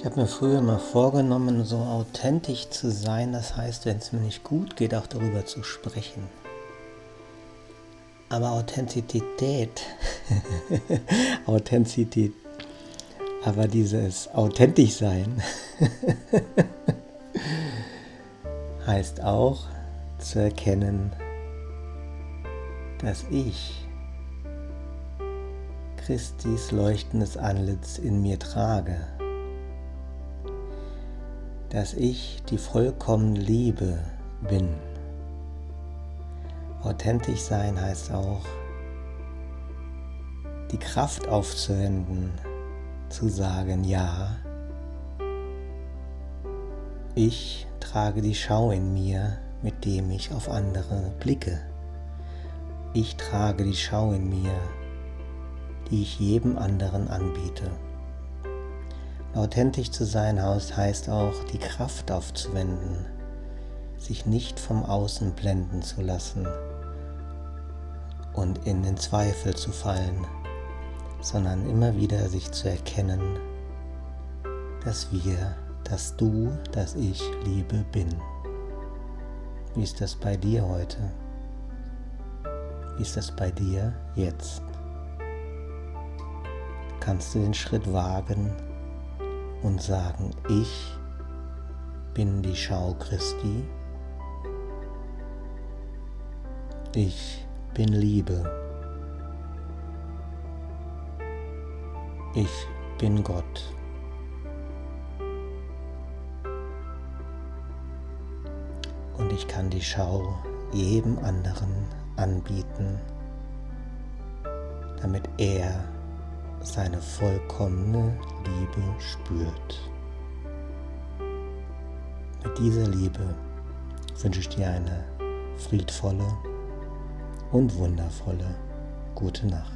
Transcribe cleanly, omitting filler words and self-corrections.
Ich habe mir früher mal vorgenommen, so authentisch zu sein, das heißt, wenn es mir nicht gut geht, auch darüber zu sprechen. Aber Authentizität, aber dieses authentisch sein heißt auch zu erkennen, dass ich Christis leuchtendes Antlitz in mir trage, dass ich die vollkommene Liebe bin. Authentisch sein heißt auch, die Kraft aufzuwenden, zu sagen, ja, ich trage die Schau in mir, mit dem ich auf andere blicke. Ich trage die Schau in mir, die ich jedem anderen anbiete. Authentisch zu sein heißt auch, die Kraft aufzuwenden, sich nicht vom Außen blenden zu lassen und in den Zweifel zu fallen, sondern immer wieder sich zu erkennen, dass du, dass ich Liebe bin. Wie ist das bei dir heute? Wie ist das bei dir jetzt? Kannst du den Schritt wagen und sagen, ich bin die Schau Christi, ich bin Liebe, ich bin Gott. Und ich kann die Schau jedem anderen anbieten, damit er seine vollkommene Liebe spürt. Mit dieser Liebe wünsche ich dir eine friedvolle und wundervolle gute Nacht.